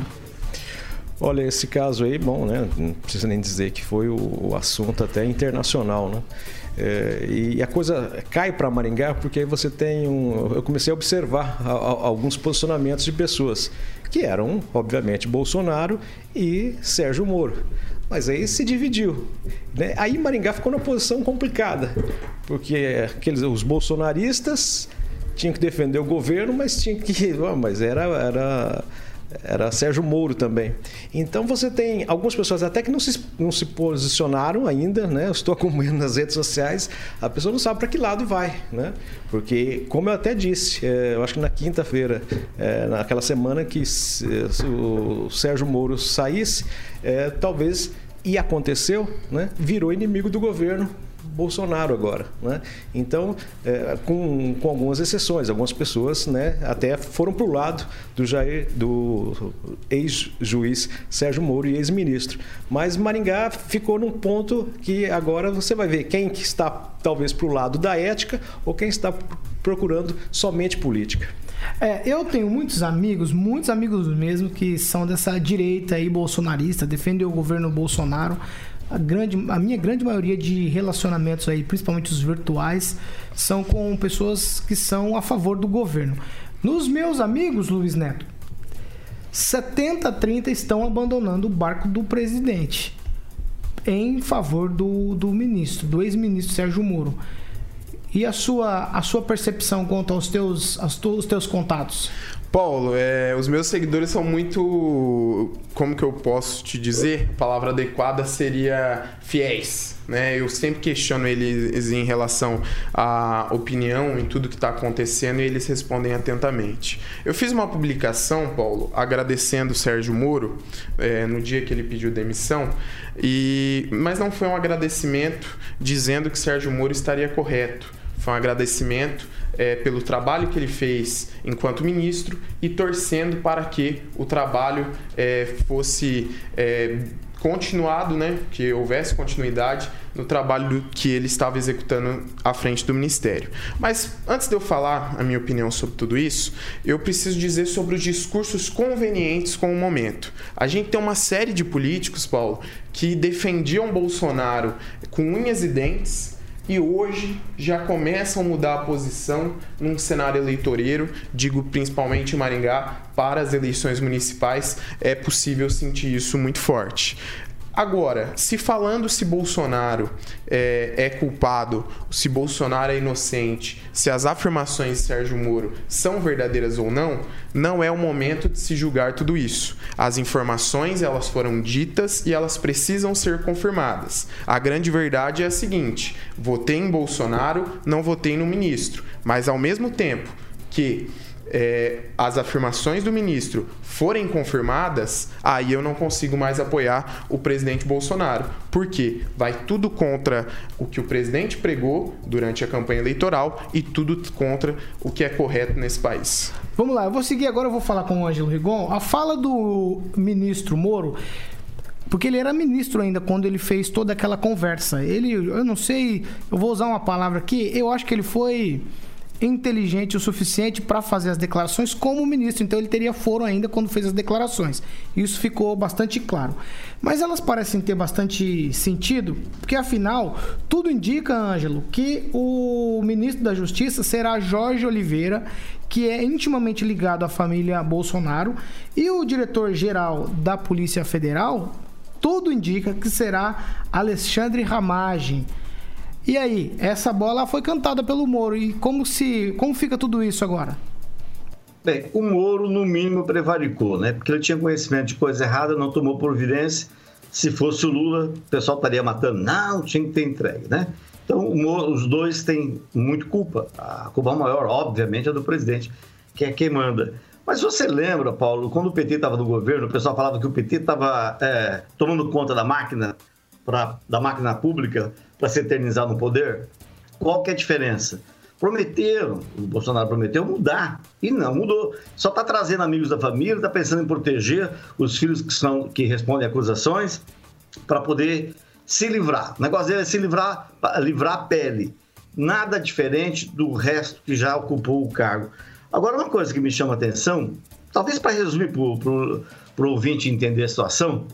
Olha, esse caso aí, bom, né? Não precisa nem dizer que foi o, o assunto até internacional, né? É, e a coisa cai para Maringá porque aí você tem um... Eu comecei a observar a, a, alguns posicionamentos de pessoas que eram, obviamente, Bolsonaro e Sérgio Moro. Mas aí se dividiu, né? Aí Maringá ficou numa posição complicada, porque aqueles, os bolsonaristas tinham que defender o governo, mas tinha que... Mas era... era Era Sérgio Moro também. Então você tem algumas pessoas até que não se, não se posicionaram ainda, né? Eu estou acompanhando nas redes sociais, a pessoa não sabe para que lado vai, né? Porque, como eu até disse, é, eu acho que na quinta-feira, é, naquela semana que se, se o Sérgio Moro saísse, é, talvez, e aconteceu, né? Virou inimigo do governo Bolsonaro agora, né? Então, é, com, com algumas exceções, algumas pessoas, né, até foram para o lado do, Jair, do ex-juiz Sérgio Moro e ex-ministro. Mas Maringá ficou num ponto que agora você vai ver quem que está talvez para o lado da ética ou quem está procurando somente política. É, eu tenho muitos amigos, muitos amigos mesmo, que são dessa direita aí bolsonarista, defendem o governo Bolsonaro. A, grande, a minha grande maioria de relacionamentos aí, principalmente os virtuais, são com pessoas que são a favor do governo. Nos meus amigos, Luiz Neto, setenta a trinta estão abandonando o barco do presidente em favor do, do ministro, do ex-ministro Sérgio Moro. E a sua, a sua percepção quanto aos teus, aos teus, teus contatos? Paulo, é, os meus seguidores são muito, como que eu posso te dizer? A palavra adequada seria fiéis, né? Eu sempre questiono eles em relação à opinião, em tudo que está acontecendo, e eles respondem atentamente. Eu fiz uma publicação, Paulo, agradecendo o Sérgio Moro, é, no dia que ele pediu demissão, e, mas não foi um agradecimento dizendo que Sérgio Moro estaria correto. Foi um agradecimento é, pelo trabalho que ele fez enquanto ministro e torcendo para que o trabalho é, fosse é, continuado, né? Que houvesse continuidade no trabalho que ele estava executando à frente do Ministério. Mas antes de eu falar a minha opinião sobre tudo isso, eu preciso dizer sobre os discursos convenientes com o momento. A gente tem uma série de políticos, Paulo, que defendiam Bolsonaro com unhas e dentes, e hoje já começam a mudar a posição num cenário eleitoreiro, digo principalmente em Maringá, para as eleições municipais, é possível sentir isso muito forte. Agora, se falando se Bolsonaro é, é culpado, se Bolsonaro é inocente, se as afirmações de Sérgio Moro são verdadeiras ou não, não é o momento de se julgar tudo isso. As informações, elas foram ditas e elas precisam ser confirmadas. A grande verdade é a seguinte: votei em Bolsonaro, não votei no ministro, mas ao mesmo tempo que É, as afirmações do ministro forem confirmadas, aí eu não consigo mais apoiar o presidente Bolsonaro. Por quê? Vai tudo contra o que o presidente pregou durante a campanha eleitoral e tudo contra o que é correto nesse país. Vamos lá, eu vou seguir agora, eu vou falar com o Ângelo Rigon. A fala do ministro Moro, porque ele era ministro ainda quando ele fez toda aquela conversa. Ele, eu não sei, eu vou usar uma palavra aqui, eu acho que ele foi inteligente o suficiente para fazer as declarações como ministro, então ele teria foro ainda quando fez as declarações. Isso ficou bastante claro. Mas elas parecem ter bastante sentido, porque afinal, tudo indica, Ângelo, que o ministro da Justiça será Jorge Oliveira, que é intimamente ligado à família Bolsonaro, e o diretor-geral da Polícia Federal, tudo indica que será Alexandre Ramagem. E aí, essa bola foi cantada pelo Moro. E como, se, como fica tudo isso agora? Bem, o Moro, no mínimo, prevaricou, né? Porque ele tinha conhecimento de coisa errada, não tomou providência. Se fosse o Lula, o pessoal estaria matando. Não, tinha que ter entregue, né? Então, o Moro, os dois têm muito culpa. A culpa maior, obviamente, é do presidente, que é quem manda. Mas você lembra, Paulo, quando o P T estava no governo, o pessoal falava que o P T estava é, tomando conta da máquina, pra, da máquina pública, para se eternizar no poder? Qual que é a diferença? Prometeram, o Bolsonaro prometeu mudar, e não mudou. Só está trazendo amigos da família, está pensando em proteger os filhos que, são, que respondem acusações, para poder se livrar. O negócio dele é se livrar, livrar a pele. Nada diferente do resto que já ocupou o cargo. Agora, uma coisa que me chama a atenção, talvez para resumir para o ouvinte entender a situação,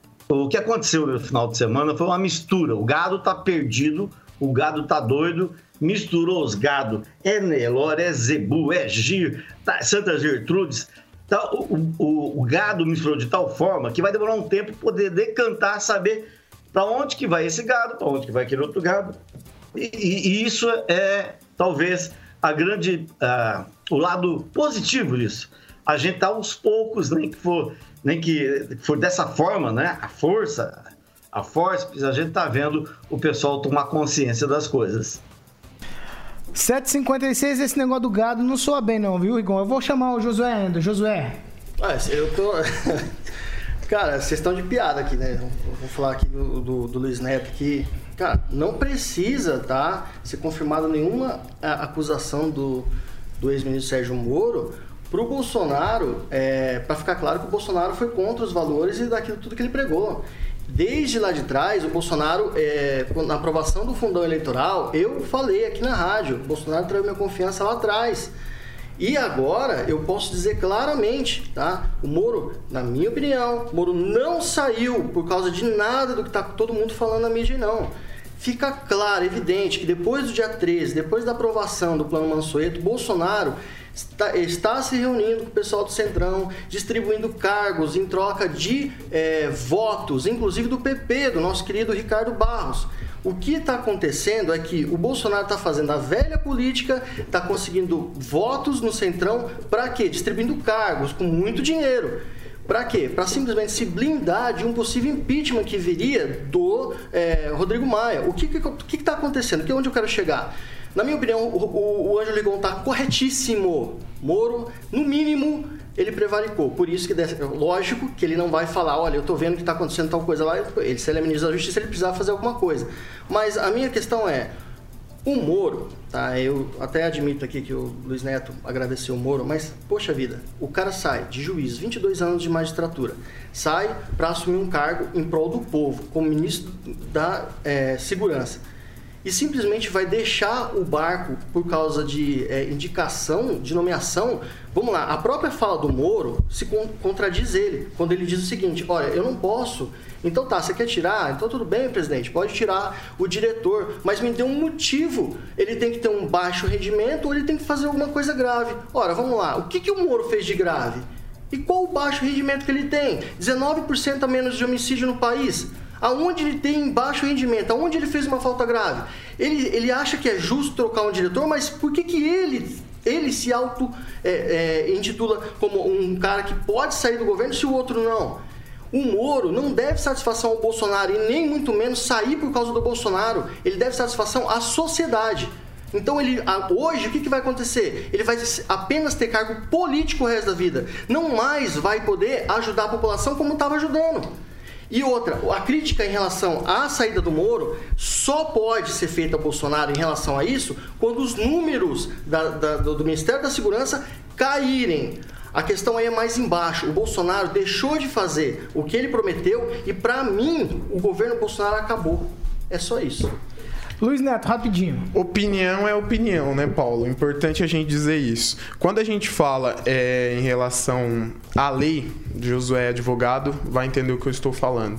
o que aconteceu no final de semana foi uma mistura. O gado está perdido, o gado está doido, misturou os gados. É Nelore, é Zebu, é Gir, tá, Santa Gertrudes. Tá, o, o, o gado misturou de tal forma que vai demorar um tempo para poder decantar, saber para onde que vai esse gado, para onde que vai aquele outro gado. E, e, e isso é, talvez, a grande, uh, o lado positivo disso. A gente está aos poucos, nem que for... nem que for dessa forma, né? A força, a força, a gente tá vendo o pessoal tomar consciência das coisas. sete e cinquenta e seis, esse negócio do gado não soa bem não, viu, Rigon? Eu vou chamar o Josué ainda. Josué. Ah, eu tô... Cara, vocês estão de piada aqui, né? Eu vou falar aqui do, do, do Luiz Neto aqui. Cara, não precisa, tá, ser confirmada nenhuma acusação do, do ex-ministro Sérgio Moro para o Bolsonaro, é, para ficar claro que o Bolsonaro foi contra os valores e daquilo tudo que ele pregou. Desde lá de trás, o Bolsonaro, é, na aprovação do fundão eleitoral, eu falei aqui na rádio, o Bolsonaro traiu minha confiança lá atrás. E agora eu posso dizer claramente, tá? O Moro, na minha opinião, o Moro não saiu por causa de nada do que está todo mundo falando na mídia, não. Fica claro, evidente, que depois do dia treze, depois da aprovação do Plano Mansueto, Bolsonaro está, está se reunindo com o pessoal do Centrão, distribuindo cargos em troca de é, votos, inclusive do P P, do nosso querido Ricardo Barros. O que está acontecendo é que o Bolsonaro está fazendo a velha política, está conseguindo votos no Centrão, para quê? Distribuindo cargos com muito dinheiro. Para quê? Para simplesmente se blindar de um possível impeachment que viria do é, Rodrigo Maia. O que está acontecendo? Que é onde eu quero chegar? Na minha opinião, o, o, o Ângelo Rigon está corretíssimo. Moro, no mínimo, ele prevaricou. Por isso que, lógico, que ele não vai falar, olha, eu estou vendo que está acontecendo tal coisa lá. Ele, se ele é ministro da Justiça, ele precisava fazer alguma coisa. Mas a minha questão é, o Moro, tá? Eu até admito aqui que o Luiz Neto agradeceu o Moro, mas, poxa vida, o cara sai de juiz, vinte e dois anos de magistratura, sai para assumir um cargo em prol do povo, como ministro da é, Segurança, e simplesmente vai deixar o barco por causa de é, indicação, de nomeação. Vamos lá, a própria fala do Moro se con- contradiz ele, quando ele diz o seguinte, olha, eu não posso, então tá, você quer tirar? Então tudo bem, presidente, pode tirar o diretor, mas me dê um motivo, ele tem que ter um baixo rendimento ou ele tem que fazer alguma coisa grave. Ora, vamos lá, o que, que o Moro fez de grave? E qual o baixo rendimento que ele tem? dezenove por cento a menos de homicídio no país. Aonde ele tem baixo rendimento, aonde ele fez uma falta grave. Ele, ele acha que é justo trocar um diretor, mas por que, que ele, ele se auto-intitula é, é, como um cara que pode sair do governo se o outro não? O Moro não deve satisfação ao Bolsonaro e nem muito menos sair por causa do Bolsonaro. Ele deve satisfação à sociedade. Então, ele, hoje, o que, que vai acontecer? Ele vai apenas ter cargo político o resto da vida. Não mais vai poder ajudar a população como estava ajudando. E outra, a crítica em relação à saída do Moro só pode ser feita ao Bolsonaro em relação a isso quando os números da, da, do Ministério da Segurança caírem. A questão aí é mais embaixo. O Bolsonaro deixou de fazer o que ele prometeu e, para mim, o governo Bolsonaro acabou. É só isso. Luiz Neto, rapidinho. Opinião é opinião, né, Paulo? Importante a gente dizer isso. Quando a gente fala é, em relação à lei, Josué advogado vai entender o que eu estou falando.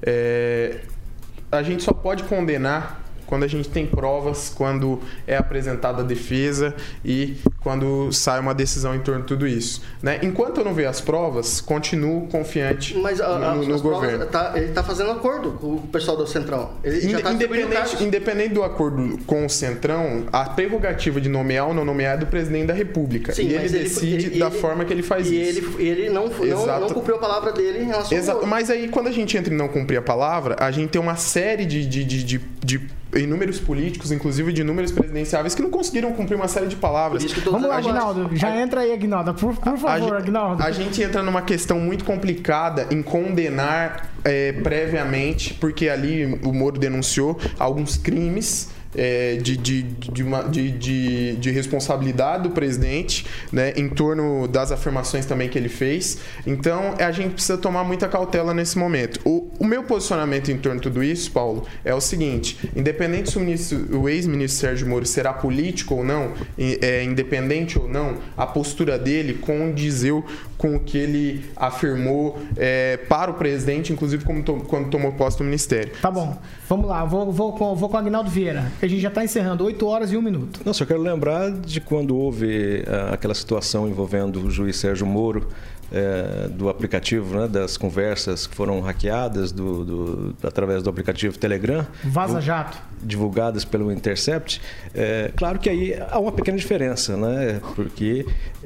É, a gente só pode condenar quando a gente tem provas, quando é apresentada a defesa e quando sai uma decisão em torno de tudo isso. Né? Enquanto eu não ver as provas, continuo confiante Mas a, no, no governo. Tá, ele está fazendo acordo com o pessoal do Centrão. Ele já tá independente, independente do acordo com o Centrão, a prerrogativa de nomear ou não nomear é do presidente da República. Sim, e ele decide ele, da ele, forma que ele faz e isso. E ele, ele não, não, não cumpriu a palavra dele em relação Exato. ao... Mas aí, quando a gente entra em não cumprir a palavra, a gente tem uma série de... de, de, de, de inúmeros políticos, inclusive de inúmeros presidenciáveis, que não conseguiram cumprir uma série de palavras. Vamos lá, Aguinaldo. Já entra aí, Aguinaldo. Por, por favor, a, Aguinaldo. A gente entra numa questão muito complicada em condenar é, previamente, porque ali o Moro denunciou alguns crimes É, de, de, de, uma, de, de, de responsabilidade do presidente, né, em torno das afirmações também que ele fez. Então, a gente precisa tomar muita cautela nesse momento. O, o meu posicionamento em torno de tudo isso, Paulo, é o seguinte: independente se o, ministro, o ex-ministro Sérgio Moro será político ou não, é, independente ou não, a postura dele condizeu com o que ele afirmou é, para o presidente, inclusive como to, quando tomou posse do ministério. Tá bom. Vamos lá. Vou, vou, com, vou com o Aguinaldo Vieira. A gente já está encerrando, oito horas e um minuto. Não, só quero lembrar de quando houve uh, aquela situação envolvendo o juiz Sérgio Moro, uh, do aplicativo, né, das conversas que foram hackeadas do, do, através do aplicativo Telegram. Vaza Jato. Divulgadas pelo Intercept. É, claro que aí há uma pequena diferença, né? Porque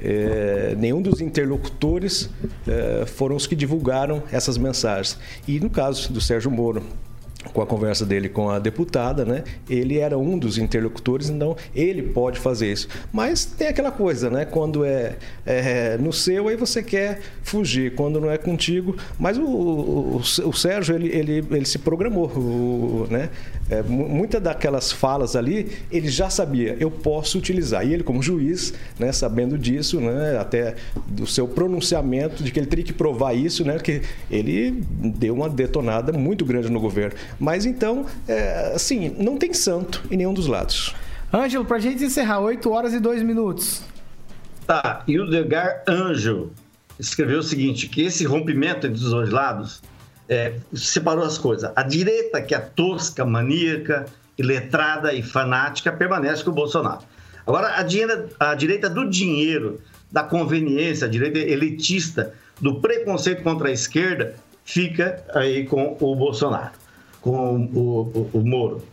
é, nenhum dos interlocutores é, foram os que divulgaram essas mensagens. E no caso do Sérgio Moro, com a conversa dele com a deputada, né? Ele era um dos interlocutores, então ele pode fazer isso. Mas tem aquela coisa, né? Quando é, é no seu, aí você quer fugir. Quando não é contigo... Mas o, o, o Sérgio, ele, ele, ele se programou, o, né? É, muitas daquelas falas ali, ele já sabia, eu posso utilizar. E ele, como juiz, né, sabendo disso, né, até do seu pronunciamento, de que ele teria que provar isso, né? Que ele deu uma detonada muito grande no governo. Mas então, é, assim, não tem santo em nenhum dos lados. Ângelo, pra gente encerrar, oito horas e dois minutos. Tá, e o Edgar Ângelo escreveu o seguinte, que esse rompimento entre os dois lados é, separou as coisas. A direita, que é tosca, maníaca, iletrada e fanática, permanece com o Bolsonaro. Agora, a direita, a direita do dinheiro, da conveniência, a direita elitista, do preconceito contra a esquerda, fica aí com o Bolsonaro, com o, o, o Moro.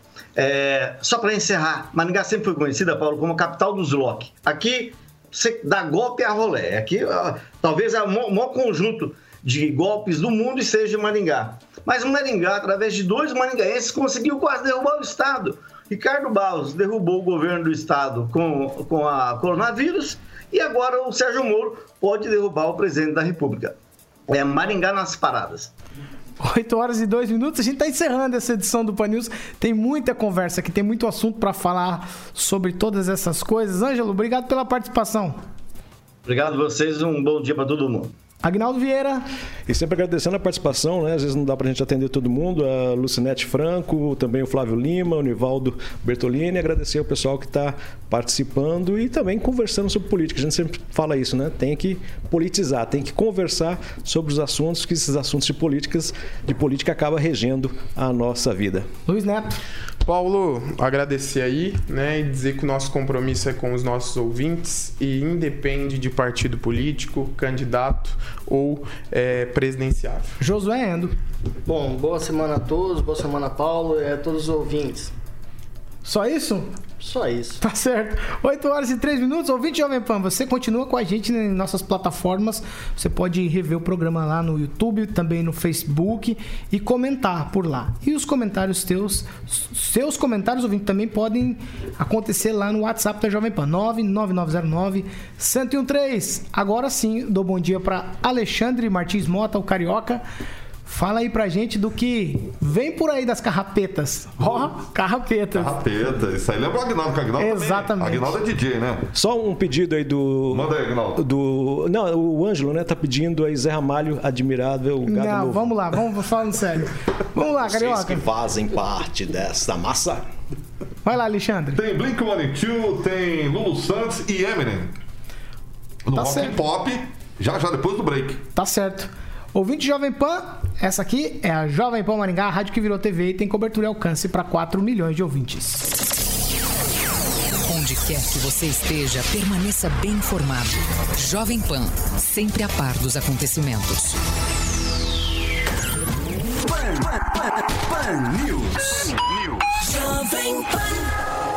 É, só para encerrar, Maringá sempre foi conhecida, Paulo, como a capital dos Loki. Aqui, você dá golpe a rolé. Aqui, ó, talvez é o maior conjunto de golpes do mundo e seja Maringá. Mas o Maringá, através de dois maringaenses, conseguiu quase derrubar o Estado. Ricardo Barros derrubou o governo do Estado com, com a coronavírus e agora o Sérgio Moro pode derrubar o presidente da República. É Maringá nas paradas. oito horas e dois minutos, a gente está encerrando essa edição do Pan News. Tem muita conversa aqui, tem muito assunto para falar sobre todas essas coisas. Ângelo, obrigado pela participação. Obrigado a vocês, um bom dia para todo mundo. Agnaldo Vieira. E sempre agradecendo a participação, né? Às vezes não dá pra gente atender todo mundo, a Lucinete Franco, também o Flávio Lima, o Nivaldo Bertolini, agradecer ao pessoal que está participando e também conversando sobre política. A gente sempre fala isso, né? Tem que politizar, tem que conversar sobre os assuntos, que esses assuntos de políticas, de política acaba regendo a nossa vida. Luiz Neto. Paulo, agradecer aí, né, e dizer que o nosso compromisso é com os nossos ouvintes e independe de partido político, candidato ou é, presidenciável. Josué Endo. Bom, boa semana a todos, boa semana, Paulo, e a todos os ouvintes. Só isso? Só isso. Tá certo. oito horas e três minutos. Ouvinte Jovem Pan, você continua com a gente em nossas plataformas. Você pode rever o programa lá no YouTube, também no Facebook e comentar por lá. E os comentários teus, seus comentários, ouvinte, também podem acontecer lá no WhatsApp da Jovem Pan, nove nove nove zero nove, um zero um três. Agora sim, dou bom dia para Alexandre Martins Mota, o Carioca. Fala aí pra gente do que vem por aí das carrapetas. Ó, oh, carrapetas. Carrapeta, isso aí lembra o Agnaldo, que o Agnaldo Exatamente. Também. Agnaldo é D J, né? Só um pedido aí do... Manda aí, Agnaldo. Do, não, o Ângelo, né, tá pedindo aí Zé Ramalho, Admirável, Gado Não, Novo. vamos lá, vamos falando sério. Vamos lá, Carioca. Vocês que fazem parte dessa massa. Vai lá, Alexandre. Tem Blink cento e dois, tem Lulu Santos e Eminem. No tá rock certo. pop, já já depois do break. Tá certo. Ouvinte Jovem Pan, essa aqui é a Jovem Pan Maringá, a rádio que virou T V e tem cobertura e alcance para quatro milhões de ouvintes. Onde quer que você esteja, permaneça bem informado. Jovem Pan, sempre a par dos acontecimentos. Pan, Pan, Pan, Pan News. Jovem Pan.